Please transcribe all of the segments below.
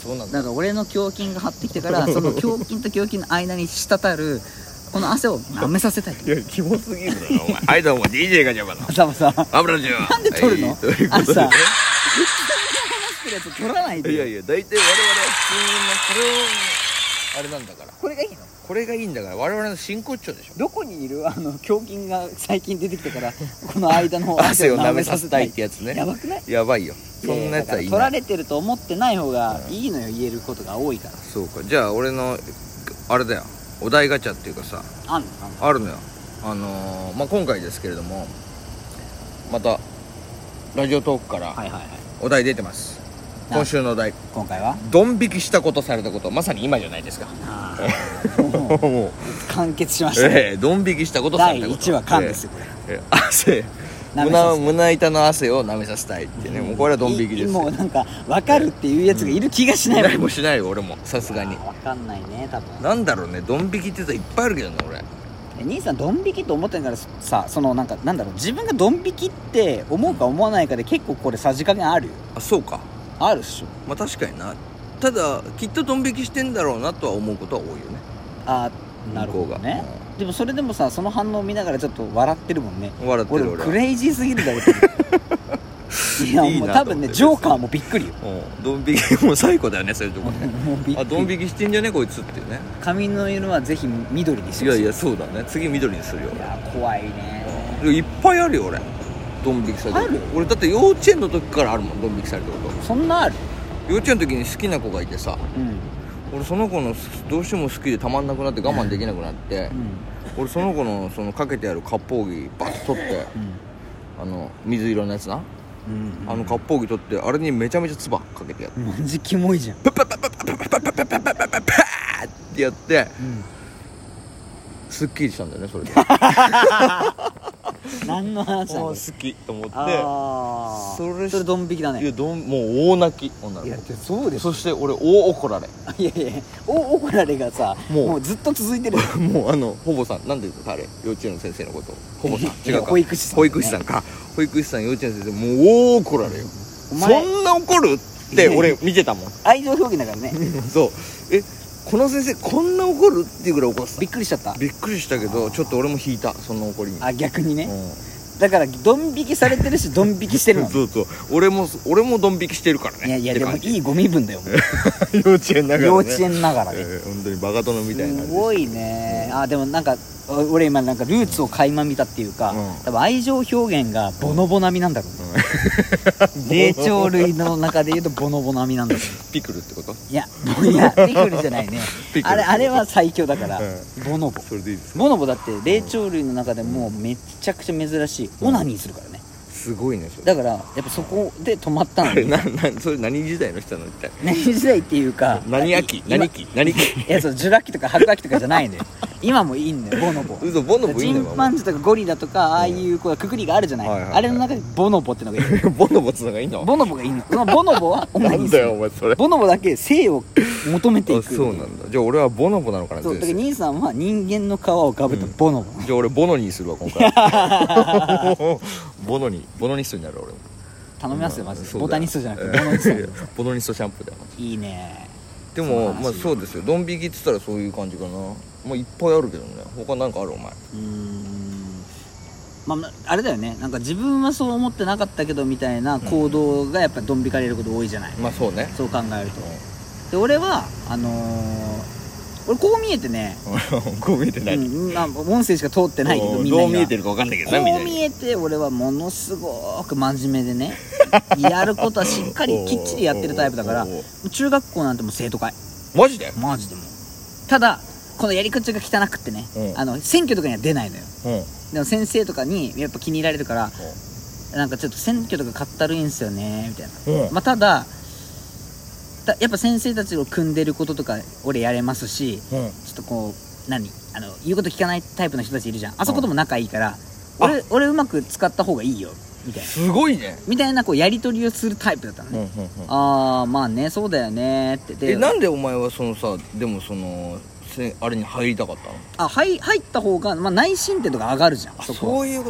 そうなんだ。 だから俺の胸筋が張ってきてからその胸筋と胸筋の間に滴るこの汗を舐めさせたいと。 いやキモすぎるだろお前。はいどうも DJ ガチャバのさまさ油じゃなんで撮るの、 はい、ということであのさ話してるやつ撮らないでよ。 いやいや大体我々は普通のこれをあれなんだから、 これがいいの？ これがいいんだから我々の真骨頂でしょ。 どこにいる胸筋が最近出てきてからこの間の汗を舐めさせたいってやつね。 やばくない？ やばいよ。そんなやつはいい取られてると思ってない方がいいのよ、言えることが多いから。 そうか。じゃあ俺のあれだよ、お題ガチャっていうかさ、 あんのあるのよ。まあ、今回ですけれどもまたラジオトークからはいはいはい。 お題出てます。今週のお題、 今回はドン引きしたことされたこと、まさに今じゃないですか。もう完結しましたね。 ドン引きしたことされた第こと 1話完ですよこれ。 汗舐めさせたい胸板の汗を舐めさせたいってね、もうこれはドン引きですよ。 もうなんか分かるっていうやつがいる気がしない誰もしないよ俺もさすがに。 分かんないね多分。 なんだろうね、ドン引きって言ったらいっぱいあるけどね俺。 兄さんドン引きと思ってんからさ、そのなんかなんだろう、自分がドン引きって思うか思わないかで結構これさじ加減あるよ。 あ、そうか。 あるっしょ。 まあ確かにな。ただきっとドン引きしてんだろうなとは思うことは多いよね。 あ、なるほどね。でもそれでもさ、その反応を見ながらちょっと笑ってるもんね。 笑ってる俺は。 クレイジーすぎるだろいやいいもう多分ねなと思ってジョーカーもびっくりよ。 ドン引きも最高だよねそういうとこね。 もうびっくり。 あ、ドン引きしてんじゃねこいつっていうね。 髪の色はぜひ緑にしてほしい。 いやいやそうだね、次緑にするよ。 いや怖いね。 いっぱいあるよ俺、ドン引きされてる。 ある？ 俺だって幼稚園の時からあるもん、ドン引きされたこと。 そんなある？ 幼稚園の時に好きな子がいてさ、 うん俺その子のどうしても好きでたまんなくなって我慢できなくなって、俺その子のそのかけてある割烹着バッと取って、水色のやつな、割烹着取ってあれにめちゃめちゃ唾かけてやって、 マジキモいじゃん。 パッパッパッパッパッパッパッパッパッパッパッパッパッパーってやって、すっきりしたんだよねそれで。 何の話なの？ 好きと思って、 それドン引きだね。 いやもう大泣き女の子。 いやそうです。 そして俺大怒られ。 いやいや大怒られがさもうずっと続いてる。 もうほぼさんなんで言うかあれ幼稚園の先生のことほぼさん違うか保育士さん、 保育士さんか。保育士さん幼稚園の先生もう大怒られよ。そんな怒るって俺見てたもん。 愛情表現だからね。 そうこの先生こんな怒るっていうぐらい怒ってた。 びっくりしちゃった。 びっくりしたけどちょっと俺も引いたその怒りに。 あ、逆にね。だからドン引きされてるしドン引きしてるの。 そう俺もドン引きしてるからね。 いやでもいいご身分だよ。 幼稚園ながらね。 幼稚園ながらね。 本当にバカ殿みたいな。 すごいね。あ、でもなんか俺今なんかルーツを垣間見たっていうか、多分愛情表現がボノボ並みなんだろうね。霊長類の中で言うとボノボ並みなんだろう。 ピクルってこと？ いやピクルじゃないね。あれは最強だから、ボノボ。 それでいいですか？ ボノボだって霊長類の中でもめちゃくちゃ珍しいオナニーするからね。 すごいねそれ。 だからやっぱそこで止まったのに。 それ何時代の人なの一体？ 何時代っていうか何秋何期何期？ いやそうジュラ紀とか白亜紀とかじゃないのよ。今もいいんだよボノボ。 嘘ボノボいいんだよ。 チンパンジーとかゴリラとかああいうこうくくりがあるじゃない、あれの中でボノボってのがいる。 ボノボってのがいいの？ ボノボがいいの。そのボノボはオナニーする。 なんだよお前それ。 ボノボだけ性を求めていく。 そうなんだ。じゃあ俺はボノボなのかな。 そうだから兄さんは人間の皮をかぶったボノボ、 じゃあ俺ボノニーするわ今回。ボノニストになる俺も。 頼みますよマジで。ボタニストじゃなくてボノニスト。 ボノニストシャンプーだよ。 いいね。 でもまあそうですよ。ドン引きって言ったらそういう感じかな。まあいっぱいあるけどね。他なんかあるお前？ まああれだよね。なんか自分はそう思ってなかったけどみたいな行動がやっぱドン引かれること多いじゃない。 まあそうね。 そう考えると。で俺は俺こう見えてね。 こう見えてない。 音声しか通ってないけどみんなにはどう見えてるか分かんないけどね。 こう見えて俺はものすごく真面目でね。やることはしっかりきっちりやってるタイプだから、中学校なんてもう生徒会。 マジで？ マジでも。ただこのやり口が汚くってね、選挙とかには出ないのよ。でも先生とかにやっぱ気に入られるから、なんかちょっと選挙とかかったるいんすよねみたいな。まあただやっぱ先生たちを組んでることとか俺やれますし、ちょっとこう言うこと聞かないタイプの人たちいるじゃん。あそことも仲いいから、俺うまく使った方がいいよみたいな。 すごいね。 みたいなこうやり取りをするタイプだったのね。ああまあねそうだよねって。でなんでお前はそのさでもそのあれに入りたかったの？ 入った方が、まあ、内申点とか上がるじゃん。 そういうこと。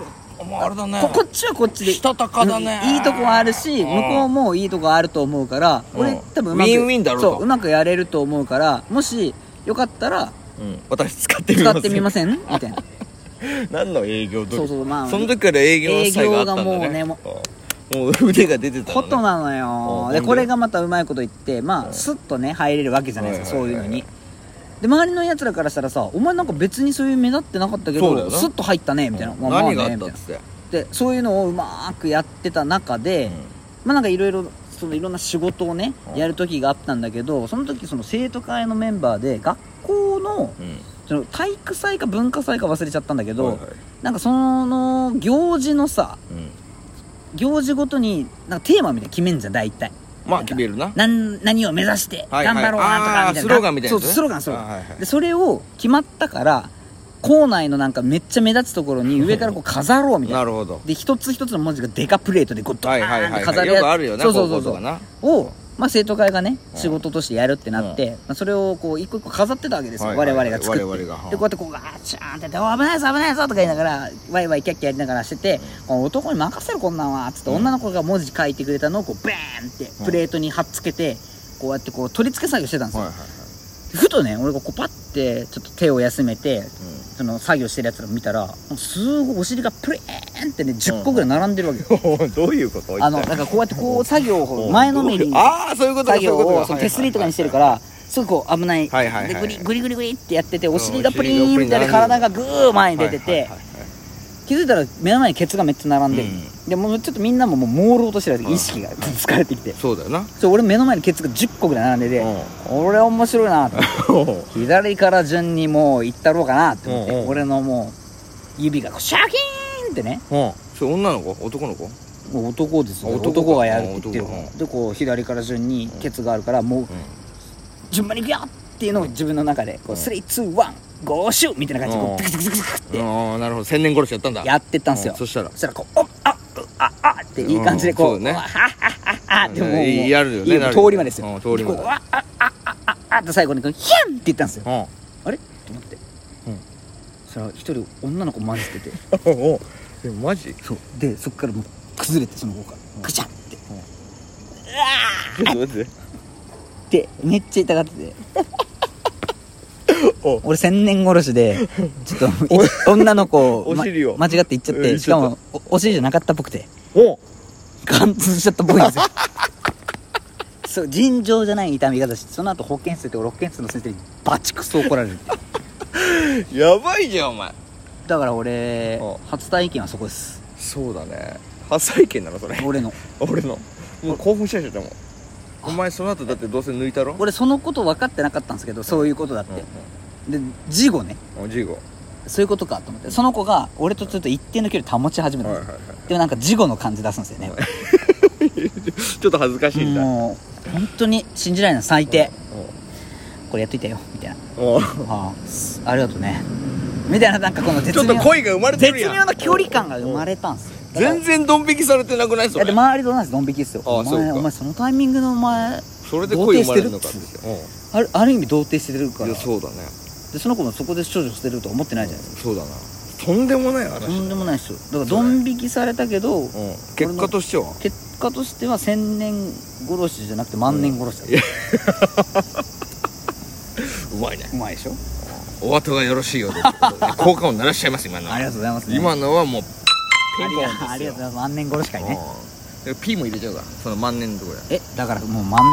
あれだね、 こっちはこっちでしたたかだね、 いいとこあるし、向こうもいいとこあると思うから、俺多分うまくウィンウィンだろうと、 そううまくやれると思うから、もしよかったら、 私使ってみませんみたいな何の営業そうそう、まあその時から営業の才があったんだね。 営業がもうね、もう腕が出てたのね。 ことなのよ。でこれがまたうまいこと言って、まあスッとね入れるわけじゃないですか、そういうのに。で周りのやつらからしたらさ、お前なんか別にそういう目立ってなかったけどスッと入ったねみたいな、 何があったっつってで、そういうのをうまくやってた中で、まあなんかいろいろいろんな仕事をねやる時があったんだけど、その時その生徒会のメンバーで学校のその体育祭か文化祭か忘れちゃったんだけど、なんかその行事のさ、行事ごとになんかテーマみたいな決めんじゃん大体。 まあ決めるな。 何を目指して頑張ろうなんとかみたいなスローガンみたいな。 そうスローガンでそれを決まったから校内のなんかめっちゃ目立つところに上からこう飾ろうみたいな。 なるほど。 で一つ一つの文字がデカプレートでこうドーンって飾るやつ。 よくあるよね。そうをまあ生徒会がね仕事としてやるってなって、まあそれをこう一個一個飾ってたわけですよ。我々が作って。でこうやってこうガチャーンって危ないぞ危ないぞとか言いながらワイワイキャッキャやりながらしてて、男に任せるこんなんはっつって女の子が文字書いてくれたのをこうバーンってプレートに貼っつけてこうやってこう取り付け作業してたんですよ。ふとね俺がこうパッてちょっと手を休めて、その作業してるやつら見たらすごいお尻がプレーンってね10個ぐらい並んでるわけよ。 どういうこと？ なんかこうやってこう作業を前のめりに作業を手すりとかにしてるからすぐこう危ないでグリグリグリってやっててお尻がプリーンって体がグー前に出てて気づいたら目の前にケツがめっちゃ並んでる。でもうちょっとみんなももう朦朧としてる意識が疲れてきて、 そうだよな。 俺目の前にケツが10個ぐらい並んでて、俺は面白いなと思って左から順にもう行ったろうかなと思って、俺のもう指がシャキーンってね。 それ女の子男の子？ 男ですよ。男がやるって言ってるからでこう左から順にケツがあるからもう順番に行くよっていうのを自分の中でこう3、2、1ゴーシューみたいな感じでこうグクグクグクってなるほど千年殺しやったんだ。 やってったんですよ。 そしたらこうっていい感じでこうねってもうやるよね。 通りまでですよ。通りまでって最後にヒャンって言ったんですよ。あれと思ってそしたら一人女の子混じっててマジ？ そうでそっからもう崩れてその子がグチャってちょっと待ってでめっちゃ痛がってて俺千年殺しでちょっと女の子を、間違って言っちゃってしかもお尻じゃなかったっぽくて貫通しちゃったっぽいんですよそう尋常じゃない痛み方してその後保健室と6件室の先生にバチクソ怒られるやばいじゃんお前。 だから俺初体験はそこです。 そうだね初体験なのそれ。俺のもう興奮しちゃうでもお前その後だってどうせ抜いたろ。 俺そのこと分かってなかったんですけどそういうことだって、で事後ねそういうことかと思ってその子が俺とちょっと一定の距離保ち始めたんですよ、でもなんか事後の感じ出すんですよねちょっと恥ずかしいんだ。 もう本当に信じられない最低これやっといたよみたいなありがとうねみたいななんかこのちょっと恋が生まれてるやん。 絶妙な距離感が生まれたんですよ。 全然ドン引きされてなくないそれ。 で周りどうなんですドン引きですよ。お前そのタイミングのお前それで恋生まれるのかってある意味童貞してるから。 いやそうだね。 でその子もそこで処女してるとは思ってないじゃないですか。 そうだなとんでもない話。 とんでもないですよ。だからドン引きされたけど結果としては千年殺しじゃなくて万年殺しだうまいね。 うまいでしょ。 お後がよろしいようで効果音鳴らしちゃいます今のは。 ありがとうございますね。 今のはもうピンポンですよ。ありがとうございます。万年殺し会ね。 P も入れちゃうからその万年のところで。 だからもう万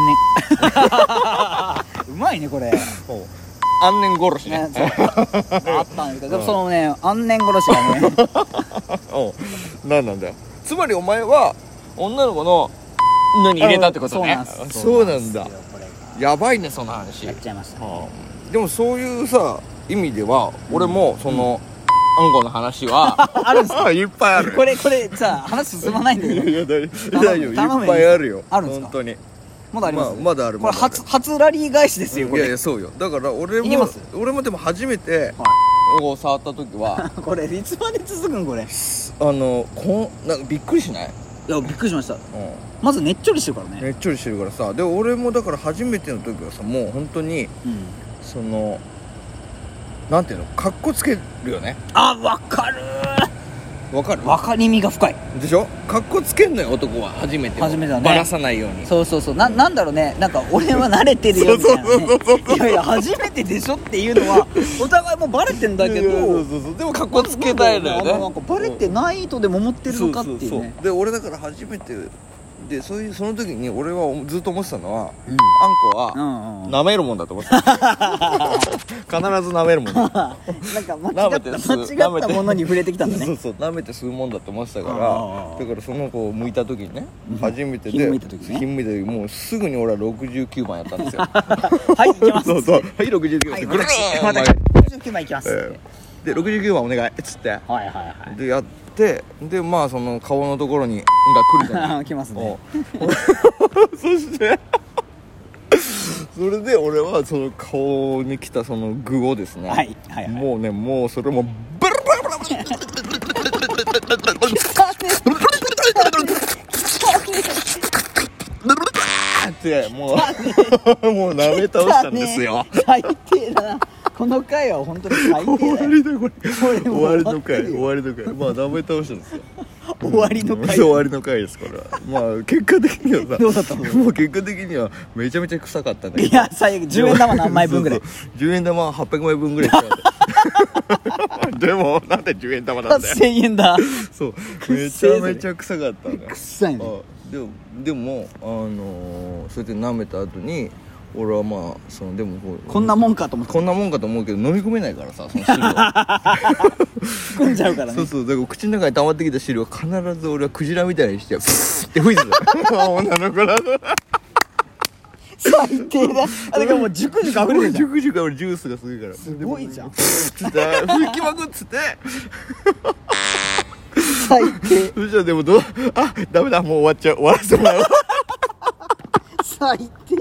年うまいねこれ。 安年殺しね。 あったんだけどそのね安年殺しがね何なんだよ。つまりお前は女の子ののに入れたってことね。そうなんだ。やばいねその話。 やっちゃいました。 でもそういうさ意味では俺もそのあんこの話はあるんですか。 いっぱいある。 これさ話進まないんだけど。 いや大丈夫いっぱいあるよ。 あるんですか。 本当にまだあります。 まだある。 これ初ラリー返しですよこれ。 いやそうよ。だから俺もでも初めて触った時はこれいつまで続くんこれ。 なんかびっくりしない？ いやびっくりしました。まずねっちょりしてるからね。 ねっちょりしてるからさ。で俺もだから初めての時はさもう本当にそのなんていうのカッコつけるよね。 あ分かるわかる？ 分かりみが深いでしょ。かっこつけんのよ男は初めては初めてだねバラさないように。 そうそうそうなんだろうねなんか俺は慣れてるよみたいなねいやいや初めてでしょっていうのはお互いもうバレてんだけどそうでもかっこつけたいのよね。 なんかバレてないとでも思ってるのかっていうねで俺だから初めてでその時に俺はずっと思ってたのは、あんこは舐めるもんだと思ってた必ず舐めるもんだなんか間違ったものに触れてきたんだねそう舐めて吸うもんだと思ってたからだからその子を剥いた時にね初めてでひんむいた時ねひんむいた時もうすぐに俺は69番やったんですよはい行きますそうはい69番ってぐるーん 69番いきますで69番お願いっつってはいはいはいでやってでまあその顔のところにが来るじゃない来ますねそしてそれで俺はその顔に来たその具をですね、 はいはいはいもうねもうそれもバラバラバラバラってもう舐め倒したんですよ。 最低だなこの回は本当に最低だよ終わりだこれ終わりの回まあ舐め倒したんですよ。 終わりの回終わりの回ですからまあ結果的にはさどうだったのもう結果的にはめちゃめちゃ臭かったんだけどいや最悪10円玉何枚分ぐらいそう10円玉800枚分ぐらいしかでもなんで10円玉なんだよ 8000円だそうめちゃめちゃ臭かったね臭いねでもそうやって舐めた後に俺はまあでもこんなもんかと思ってこんなもんかと思うけど飲み込めないからさその汁を含んじゃうからねそうだから口の中に溜まってきた汁を必ず俺はクジラみたいにしてプーって吹いてた女の子ら最低だだからもうジュクジュク溢れてるじゃんジュクジュク俺ジュースがすごいからすごいじゃん吹きまくっつって最低そしたらでもダメだもう終わらせてもらう最低